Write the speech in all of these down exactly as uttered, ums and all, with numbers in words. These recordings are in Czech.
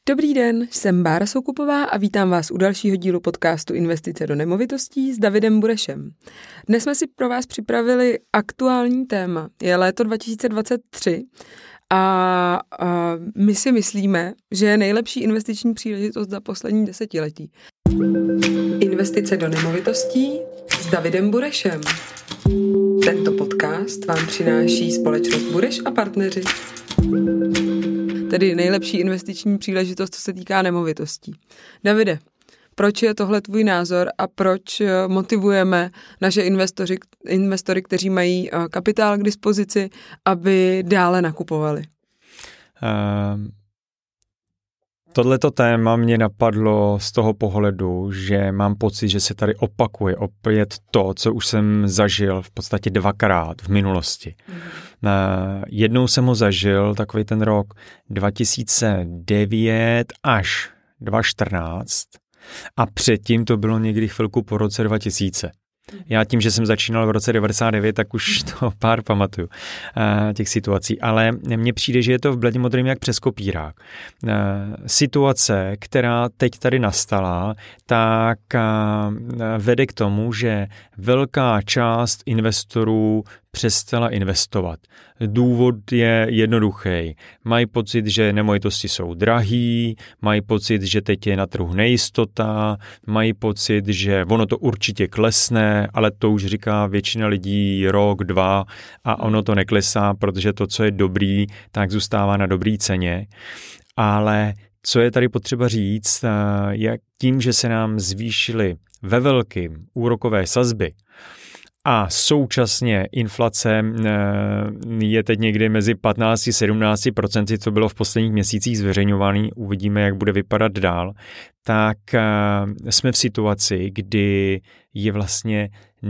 Dobrý den, jsem Bára Soukupová a vítám vás u dalšího dílu podcastu Investice do nemovitostí s Davidem Burešem. Dnes jsme si pro vás připravili aktuální téma. Je léto dva tisíce dvacet tři a, a my si myslíme, že je nejlepší investiční příležitost za poslední desetiletí. Investice do nemovitostí s Davidem Burešem. Tento podcast vám přináší společnost Bureš a partneři. Tedy nejlepší investiční příležitost, co se týká nemovitostí. Davide, proč je tohle tvůj názor a proč motivujeme naše investory, investory, kteří mají kapitál k dispozici, aby dále nakupovali? Uh, tohleto téma mě napadlo z toho pohledu, že mám pocit, že se tady opakuje opět to, co už jsem zažil v podstatě dvakrát v minulosti. Mm. Uh, jednou jsem ho zažil, takový ten rok dva tisíce devět až dva tisíce čtrnáct a předtím to bylo někdy chvilku po roce dva tisíce. Já tím, že jsem začínal v roce devadesát devět, tak už to pár pamatuju uh, těch situací, ale mně přijde, že je to v bledě modrým jak přes kopírák. Uh, situace, která teď tady nastala, tak uh, vede k tomu, že velká část investorů přestala investovat. Důvod je jednoduchý. Mají pocit, že nemovitosti jsou drahý, mají pocit, že teď je na trhu nejistota, mají pocit, že ono to určitě klesne, ale to už říká většina lidí rok, dva a ono to neklesá, protože to, co je dobrý, tak zůstává na dobrý ceně. Ale co je tady potřeba říct, je tím, že se nám zvýšily ve velkým úrokové sazby, a současně inflace je teď někdy mezi patnáct až sedmnáct procent, co bylo v posledních měsících zveřejňovaný, uvidíme, jak bude vypadat dál, tak jsme v situaci, kdy je vlastně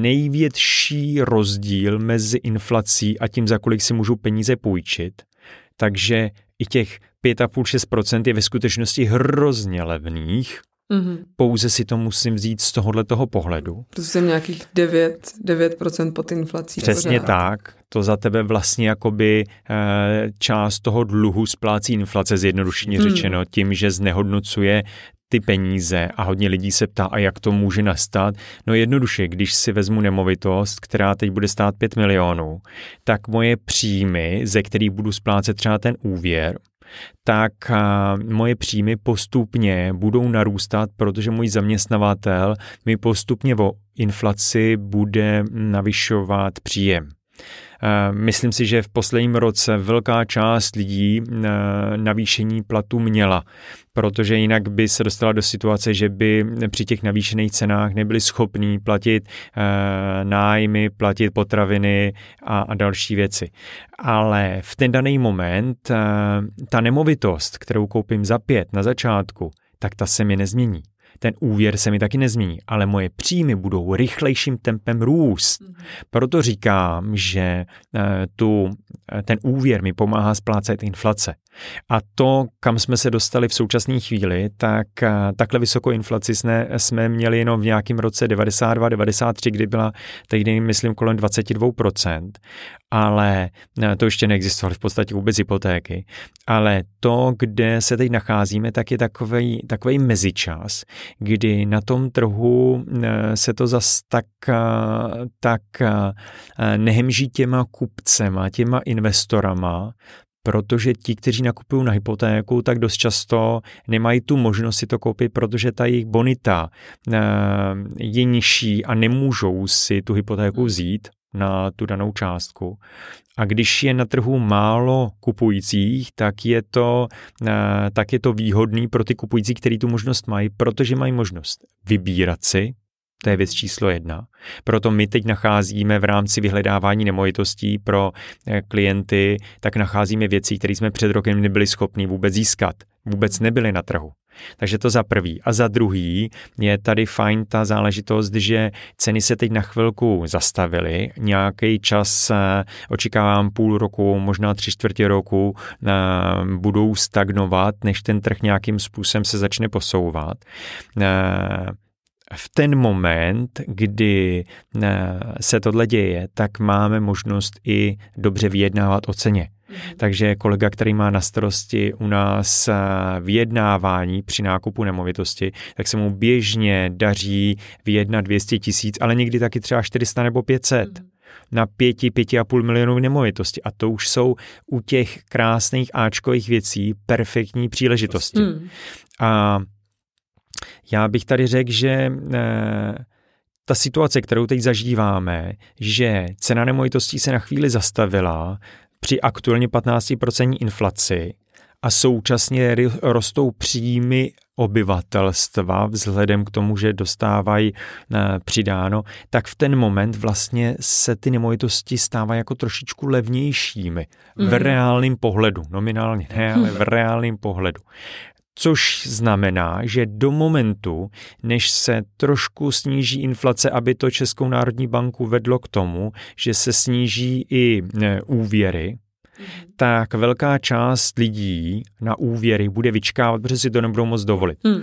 největší rozdíl mezi inflací a tím, za kolik si můžu peníze půjčit. Takže i těch pět a půl až šest procent je ve skutečnosti hrozně levných. Mm-hmm. Pouze si to musím vzít z tohohletoho pohledu. To jsem nějakých devět procent pod inflací. Přesně tak. To za tebe vlastně jakoby e, část toho dluhu splácí inflace, zjednodušeně mm. řečeno, tím, že znehodnocuje ty peníze a hodně lidí se ptá, a jak to může nastat. No jednoduše, když si vezmu nemovitost, která teď bude stát pět milionů, tak moje příjmy, ze kterých budu splácet třeba ten úvěr, tak moje příjmy postupně budou narůstat, protože můj zaměstnavatel mi postupně o inflaci bude navyšovat příjem. Myslím si, že v posledním roce velká část lidí navýšení platu měla, protože jinak by se dostala do situace, že by při těch navýšených cenách nebyli schopní platit nájmy, platit potraviny a, a další věci. Ale v ten daný moment ta nemovitost, kterou koupím za pět na začátku, tak ta se mi nezmění. Ten úvěr se mi taky nezmění, ale moje příjmy budou rychlejším tempem růst. Proto říkám, že tu, ten úvěr mi pomáhá splácet inflace. A to, kam jsme se dostali v současné chvíli, tak takhle vysokou inflaci jsme, jsme měli jenom v nějakém roce devadesát dva devadesát tři, kdy byla tehdy, myslím, kolem dvacet dva procent, ale to ještě neexistovaly v podstatě vůbec hypotéky. Ale to, kde se teď nacházíme, tak je takovej, takovej mezičas, kdy na tom trhu se to zas tak, tak nehemží těma kupcema, těma investorama, protože ti, kteří nakupují na hypotéku, tak dost často nemají tu možnost si to koupit, protože ta jejich bonita je nižší a nemůžou si tu hypotéku vzít na tu danou částku. A když je na trhu málo kupujících, tak je to, tak je to výhodný pro ty kupující, kteří tu možnost mají, protože mají možnost vybírat si. To je věc číslo jedna. Proto my teď nacházíme v rámci vyhledávání nemovitostí pro klienty, tak nacházíme věci, které jsme před rokem nebyli schopni vůbec získat. Vůbec nebyly na trhu. Takže to za prvý. A za druhý je tady fajn ta záležitost, že ceny se teď na chvilku zastavily. Nějaký čas, očekávám půl roku, možná tři čtvrtě roku, budou stagnovat, než ten trh nějakým způsobem se začne posouvat. V ten moment, kdy se tohle děje, tak máme možnost i dobře vyjednávat o ceně. Takže kolega, který má na starosti u nás vyjednávání při nákupu nemovitosti, tak se mu běžně daří vyjednat dvě stě tisíc, ale někdy taky třeba čtyři sta nebo pět set. Na pěti, pěti a půl milionů nemovitosti. A to už jsou u těch krásných áčkových věcí perfektní příležitosti. Hmm. A já bych tady řekl, že eh, ta situace, kterou teď zažíváme, že cena nemovitostí se na chvíli zastavila při aktuálně patnáct procent inflaci a současně rostou příjmy obyvatelstva vzhledem k tomu, že dostávají přidáno, tak v ten moment vlastně se ty nemovitosti stávají jako trošičku levnějšími mm. v reálném pohledu, nominálně ne, ale v reálném pohledu. Což znamená, že do momentu, než se trošku sníží inflace, aby to Českou národní banku vedlo k tomu, že se sníží i úvěry, tak velká část lidí na úvěry bude vyčkávat, protože si to nebudou moc dovolit. Hmm.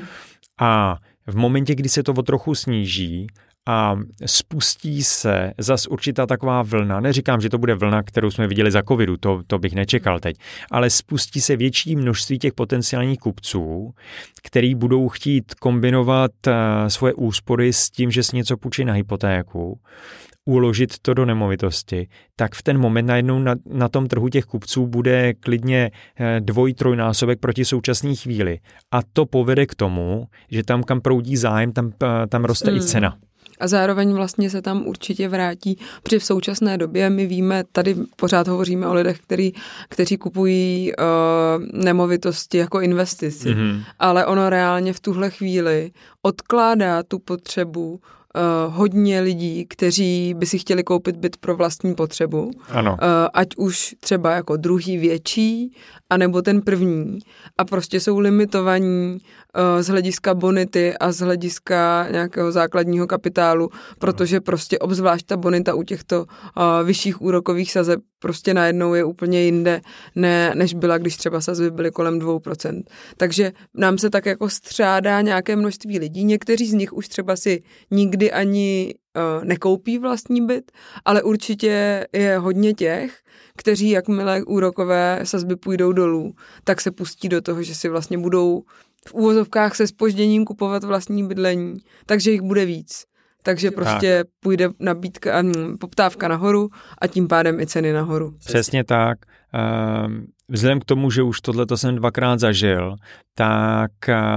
A v momentě, kdy se to o trochu sníží a spustí se zas určitá taková vlna, neříkám, že to bude vlna, kterou jsme viděli za covidu, to, to bych nečekal teď, ale spustí se větší množství těch potenciálních kupců, který budou chtít kombinovat uh, svoje úspory s tím, že si něco půjčí na hypotéku, uložit to do nemovitosti, tak v ten moment najednou na, na tom trhu těch kupců bude klidně dvoj, trojnásobek proti současné chvíli. A to povede k tomu, že tam, kam proudí zájem, tam, tam roste mm. i cena. A zároveň vlastně se tam určitě vrátí, protože v současné době my víme, tady pořád hovoříme o lidech, který, kteří kupují uh, nemovitosti jako investici, mm-hmm. ale ono reálně v tuhle chvíli odkládá tu potřebu Uh, hodně lidí, kteří by si chtěli koupit byt pro vlastní potřebu. Ano. Uh, ať už třeba jako druhý větší, anebo ten první. A prostě jsou limitovaní uh, z hlediska bonity a z hlediska nějakého základního kapitálu, protože prostě obzvlášť ta bonita u těchto uh, vyšších úrokových sazeb prostě najednou je úplně jinde, ne, než byla, když třeba sazby byly kolem dvou procent. Takže nám se tak jako střádá nějaké množství lidí. Někteří z nich už třeba si nikdy ani uh, nekoupí vlastní byt, ale určitě je hodně těch, kteří jakmile úrokové sazby půjdou dolů, tak se pustí do toho, že si vlastně budou v úvozovkách se zpožděním kupovat vlastní bydlení, takže jich bude víc. Takže prostě tak. půjde nabídka, poptávka nahoru a tím pádem i ceny nahoru. Přesně tak. Vzhledem k tomu, že už tohleto jsem dvakrát zažil, tak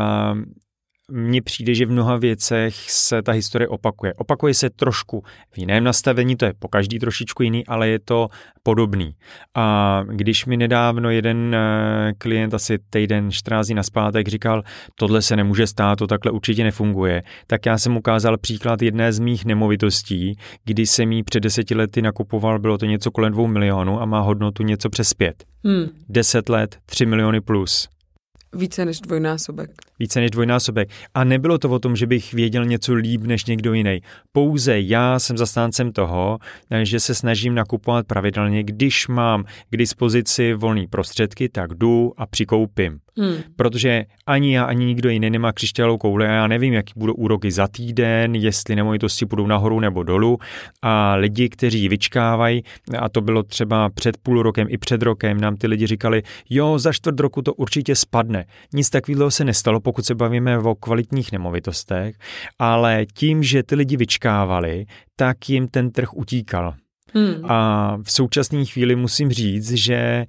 mně přijde, že v mnoha věcech se ta historie opakuje. Opakuje se trošku v jiném nastavení, to je po každý trošičku jiný, ale je to podobný. A když mi nedávno jeden klient asi týden, čtrnáct dní nazpátek říkal, tohle se nemůže stát, to takhle určitě nefunguje, tak já jsem ukázal příklad jedné z mých nemovitostí, kdy jsem jí před deseti lety nakupoval, bylo to něco kolem dvou milionů a má hodnotu něco přes pět. Hmm. Deset let, tři miliony plus. Více než dvojnásobek. Více než dvojnásobek. A nebylo to o tom, že bych věděl něco líp než někdo jiný. Pouze já jsem zastáncem toho, že se snažím nakupovat pravidelně. Když mám k dispozici volné prostředky, tak jdu a přikoupím. Hmm. Protože ani já, ani nikdo jiný nemá křišťálovou kouli a já nevím, jaký budou úroky za týden, jestli nemovitosti budou nahoru nebo dolů. A lidi, kteří vyčkávají, a to bylo třeba před půl rokem i před rokem, nám ty lidi říkali, jo, za čtvrt roku to určitě spadne. Nic takového se nestalo, pokud se bavíme o kvalitních nemovitostech, ale tím, že ty lidi vyčkávali, tak jim ten trh utíkal. Hmm. A v současné chvíli musím říct, že e,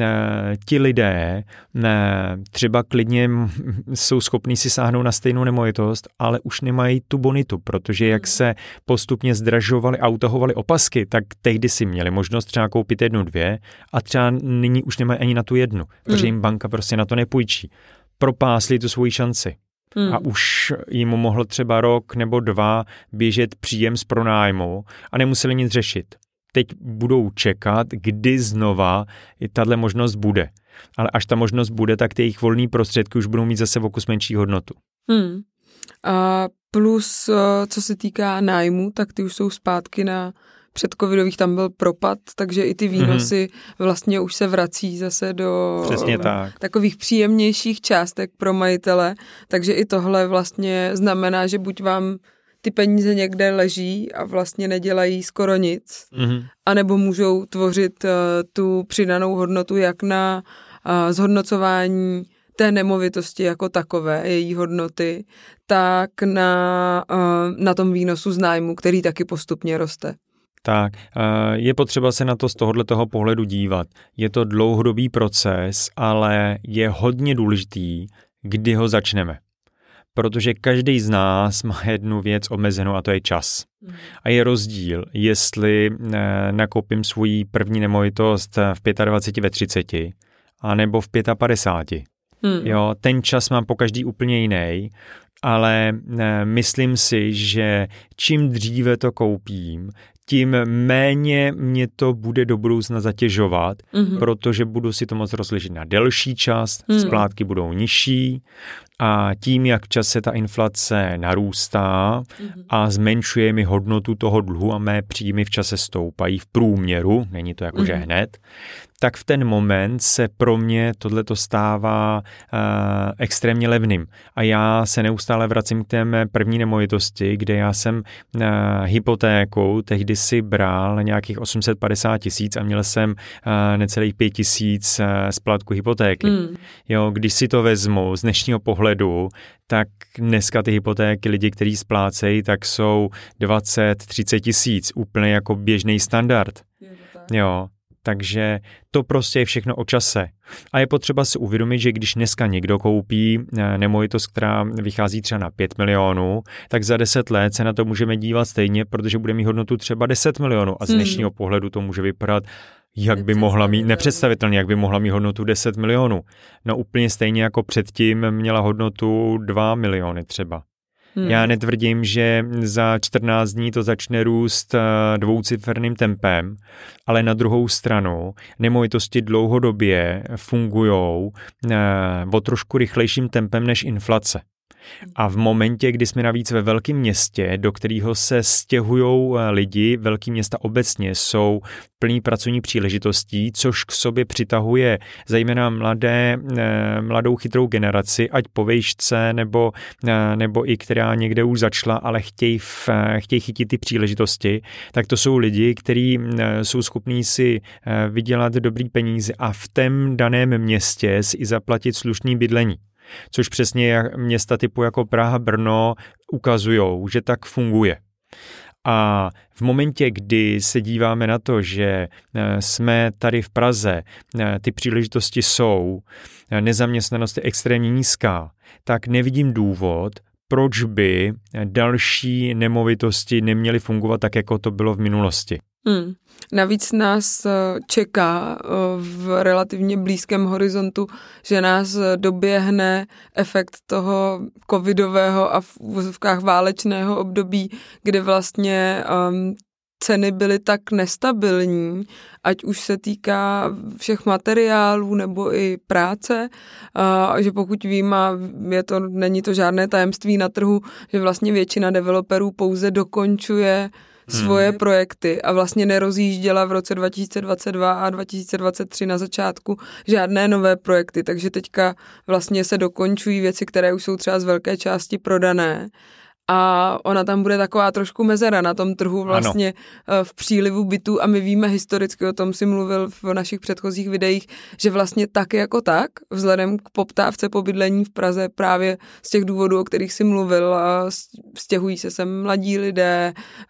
ti lidé e, třeba klidně jsou schopní si sáhnout na stejnou nemovitost, ale už nemají tu bonitu, protože jak se postupně zdražovaly a utahovaly opasky, tak tehdy si měli možnost třeba koupit jednu, dvě a třeba nyní už nemají ani na tu jednu, protože jim banka prostě na to nepůjčí. Propásli tu svoji šanci. Hmm. A už jim mohl třeba rok nebo dva běžet příjem z pronájmu a nemuseli nic řešit. Teď budou čekat, kdy znova tahle možnost bude. Ale až ta možnost bude, tak ty jejich volný prostředky už budou mít zase o kus menší hodnotu. Hmm. A plus, co se týká nájmu, tak ty už jsou zpátky na předcovidových, tam byl propad, takže i ty výnosy mm-hmm. vlastně už se vrací zase do tak. takových příjemnějších částek pro majitele, takže i tohle vlastně znamená, že buď vám ty peníze někde leží a vlastně nedělají skoro nic, mm-hmm. anebo můžou tvořit uh, tu přidanou hodnotu jak na uh, zhodnocování té nemovitosti jako takové, její hodnoty, tak na, uh, na tom výnosu z nájmu, který taky postupně roste. Tak, je potřeba se na to z tohoto pohledu dívat. Je to dlouhodobý proces, ale je hodně důležitý, kdy ho začneme. Protože každý z nás má jednu věc omezenou a to je čas. A je rozdíl, jestli nakoupím svou první nemovitost v dvaceti pěti, ve třiceti, anebo v padesát pěti. Hmm. Jo, ten čas mám po každý úplně jiný, ale myslím si, že čím dříve to koupím, tím méně mě to bude do budoucna zatěžovat, mm-hmm. protože budu si to moc rozlišit na delší čas, mm. splátky budou nižší a tím, jak v čase ta inflace narůstá mm-hmm. a zmenšuje mi hodnotu toho dluhu a mé příjmy v čase stoupají v průměru, není to jakože mm-hmm. hned, tak v ten moment se pro mě tohleto stává uh, extrémně levným. A já se neustále vracím k té mé první nemovitosti, kde já jsem uh, hypotékou tehdy si bral nějakých osm set padesát tisíc a měl jsem uh, necelých pět tisíc uh, splátku hypotéky. Mm. Jo, když si to vezmu z dnešního pohledu, tak dneska ty hypotéky lidi, kteří splácejí, tak jsou dvacet třicet tisíc, úplně jako běžný standard. Jo. Takže to prostě je všechno o čase. A je potřeba si uvědomit, že když dneska někdo koupí nemovitost, která vychází třeba na pět milionů, tak za deset let se na to můžeme dívat stejně, protože bude mít hodnotu třeba deset milionů a z dnešního hmm. pohledu to může vypadat, jak by mohla mít, nepředstavitelně, jak by mohla mít hodnotu deset milionů. No úplně stejně jako předtím měla hodnotu dva miliony třeba. Hmm. Já netvrdím, že za čtrnáct dní to začne růst dvouciferným tempem, ale na druhou stranu nemovitosti dlouhodobě fungujou o trošku rychlejším tempem než inflace. A v momentě, kdy jsme navíc ve velkém městě, do kterého se stěhují lidi, velké města obecně jsou plný pracovní příležitostí, což k sobě přitahuje zejména mladé, mladou chytrou generaci, ať po vejšce nebo, nebo i která někde už začala, ale chtějí, v, chtějí chytit ty příležitosti, tak to jsou lidi, kteří jsou schopní si vydělat dobrý peníze a v tom daném městě si i zaplatit slušný bydlení. Což přesně města typu jako Praha, Brno ukazujou, že tak funguje. A v momentě, kdy se díváme na to, že jsme tady v Praze, ty příležitosti jsou, nezaměstnanost je extrémně nízká, tak nevidím důvod, proč by další nemovitosti neměly fungovat tak, jako to bylo v minulosti. Hmm. Navíc nás čeká v relativně blízkém horizontu, že nás doběhne efekt toho covidového a v uvozovkách válečného období, kdy vlastně um, ceny byly tak nestabilní, ať už se týká všech materiálů nebo i práce, a že pokud vím, a je to, není to žádné tajemství na trhu, že vlastně většina developerů pouze dokončuje svoje hmm. projekty a vlastně nerozjížděla v roce dva tisíce dvacet dva a dva tisíce dvacet tři na začátku žádné nové projekty, takže teďka vlastně se dokončují věci, které už jsou třeba z velké části prodané. A ona tam bude taková trošku mezera na tom trhu vlastně ano. v přílivu bytů a my víme historicky, o tom si mluvil v našich předchozích videích, že vlastně tak jako tak, vzhledem k poptávce po bydlení v Praze právě z těch důvodů, o kterých si mluvil, stěhují se sem mladí lidé,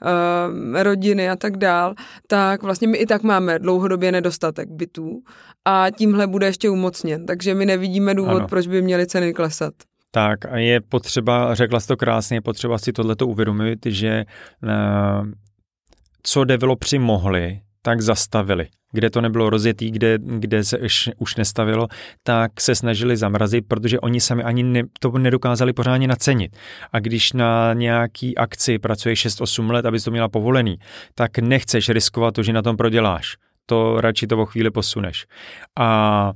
rodiny a tak dál, tak vlastně my i tak máme dlouhodobě nedostatek bytů a tímhle bude ještě umocněn, takže my nevidíme důvod, ano. proč by měly ceny klesat. Tak a je potřeba, řekla jsi to krásně, je potřeba si tohleto uvědomit, že uh, co developři mohli, tak zastavili. Kde to nebylo rozjetý, kde, kde se už, už nestavilo, tak se snažili zamrazit, protože oni sami ani ne, to nedokázali pořádně nacenit. A když na nějaký akci pracuješ šest osm let, abys to měla povolený, tak nechceš riskovat to, že na tom proděláš. To radši to o chvíli posuneš. A, a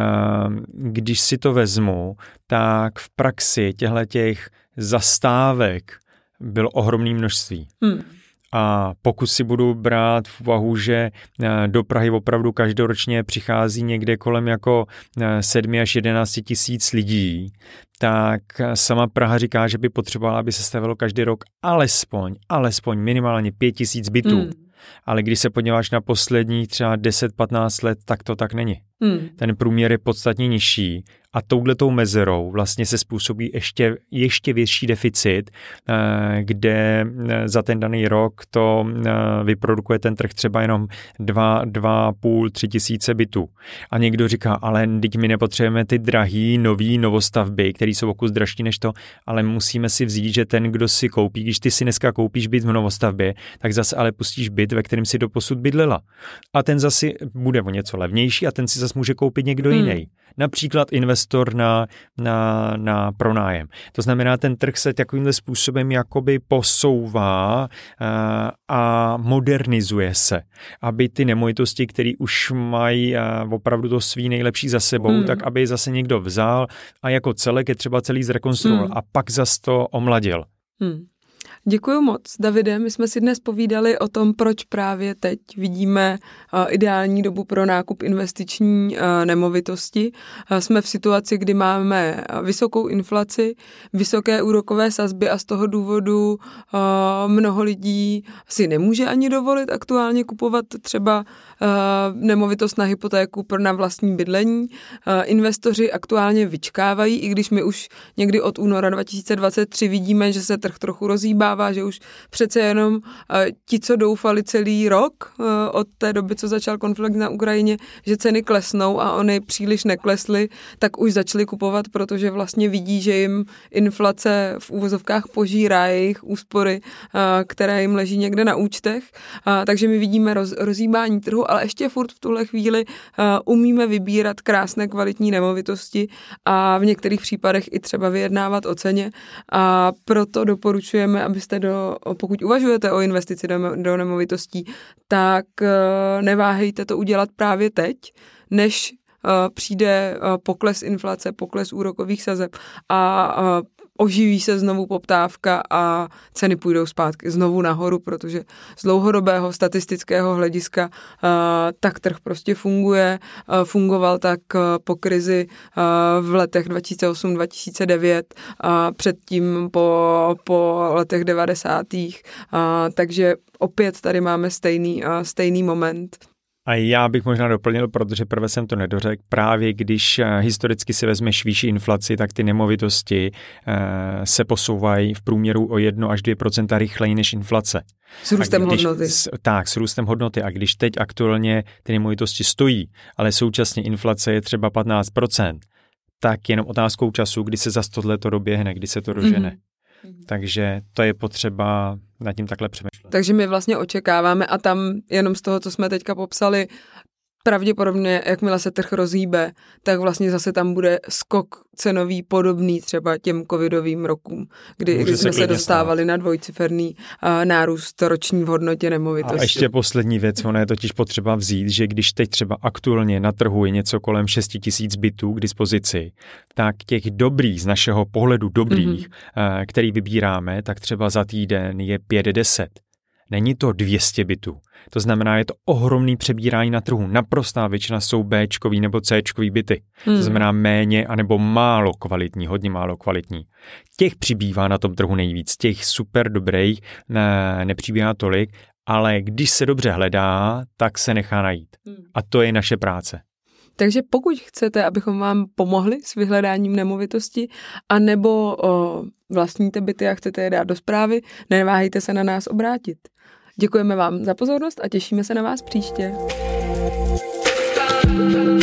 když si to vezmu, tak v praxi těchto těch zastávek bylo ohromné množství. Hmm. A pokud si budu brát v úvahu, že do Prahy opravdu každoročně přichází někde kolem jako sedm až jedenáct tisíc lidí, tak sama Praha říká, že by potřebovala, aby se stavilo každý rok alespoň, alespoň minimálně pět tisíc bytů. Hmm. Ale když se podíváš na posledních třeba deset patnáct let, tak to tak není. Hmm. Ten průměr je podstatně nižší a touhletou mezerou vlastně se způsobí ještě, ještě větší deficit, kde za ten daný rok to vyprodukuje ten trh třeba jenom dva, dva a půl, tři tisíce bytů. A někdo říká, ale teď my nepotřebujeme ty drahý, nový novostavby, které jsou o kus dražší než to, ale musíme si vzít, že ten, kdo si koupí, když ty si dneska koupíš byt v novostavbě, tak zase ale pustíš byt, ve kterém si doposud bydlela. A ten zase bude o něco levnější a ten si zase může koupit někdo hmm. jiný. Například investor na, na, na pronájem. To znamená, ten trh se takovýmhle způsobem jakoby posouvá a, a modernizuje se, aby ty nemovitosti, které už mají opravdu to svý nejlepší za sebou, hmm. tak aby zase někdo vzal a jako celek je třeba celý zrekonstruoval hmm. a pak zase to omladil. Hmm. Děkuju moc, Davide. My jsme si dnes povídali o tom, proč právě teď vidíme ideální dobu pro nákup investiční nemovitosti. Jsme v situaci, kdy máme vysokou inflaci, vysoké úrokové sazby a z toho důvodu mnoho lidí si nemůže ani dovolit aktuálně kupovat třeba nemovitost na hypotéku pro na vlastní bydlení. Investoři aktuálně vyčkávají, i když my už někdy od února dva tisíce dvacet tři vidíme, že se trh trochu rozhýbá, že už přece jenom uh, ti, co doufali celý rok uh, od té doby, co začal konflikt na Ukrajině, že ceny klesnou a ony příliš neklesly, tak už začali kupovat, protože vlastně vidí, že jim inflace v úvozovkách požírá jejich úspory, uh, které jim leží někde na účtech. Uh, takže my vidíme roz, rozhýbání trhu, ale ještě furt v tuhle chvíli uh, umíme vybírat krásné kvalitní nemovitosti a v některých případech i třeba vyjednávat o ceně. A proto doporučujeme, aby Do, pokud uvažujete o investici do, do nemovitostí, tak uh, neváhejte to udělat právě teď, než uh, přijde uh, pokles inflace, pokles úrokových sazeb a uh, oživí se znovu poptávka a ceny půjdou zpátky znovu nahoru, protože z dlouhodobého statistického hlediska uh, tak trh prostě funguje. Uh, fungoval tak uh, po krizi uh, v letech dva tisíce osm dva tisíce devět, uh, předtím po, po letech devadesátých. Uh, takže opět tady máme stejný, uh, stejný moment. A já bych možná doplnil, protože prvé jsem to nedořekl, právě když historicky si vezmeš výšší inflaci, tak ty nemovitosti se posouvají v průměru o jedno až dvě procenta rychleji než inflace. S růstem když, hodnoty. S, tak, s růstem hodnoty. A když teď aktuálně ty nemovitosti stojí, ale současně inflace je třeba patnáct procent, tak jenom otázkou času, kdy se za tohle to doběhne, kdy se to dožene. Mm-hmm. Takže to je potřeba nad tím takhle přemýšlet. Takže my vlastně očekáváme a tam jenom z toho, co jsme teďka popsali, pravděpodobně, jakmile se trh rozhýbe, tak vlastně zase tam bude skok cenový podobný třeba těm covidovým rokům, kdy, kdy jsme se dostávali stát. na dvojciferný uh, nárůst roční v hodnotě nemovitosti. A ještě poslední věc, ono je totiž potřeba vzít, že když teď třeba aktuálně na trhu je něco kolem šest tisíc bytů k dispozici, tak těch dobrých, z našeho pohledu dobrých, mm-hmm. uh, který vybíráme, tak třeba za týden je pět deset. Není to dvě stě bytů. To znamená, je to ohromný přebírání na trhu. Naprostá většina jsou Bčkový nebo Cčkový byty. Hmm. To znamená méně anebo málo kvalitní, hodně málo kvalitní. Těch přibývá na tom trhu nejvíc. Těch super dobrých ne, nepřibývá tolik, ale když se dobře hledá, tak se nechá najít. Hmm. A to je naše práce. Takže pokud chcete, abychom vám pomohli s vyhledáním nemovitosti, anebo o, vlastníte byty a chcete je dát do správy, neváhejte se na nás obrátit. Děkujeme vám za pozornost a těšíme se na vás příště.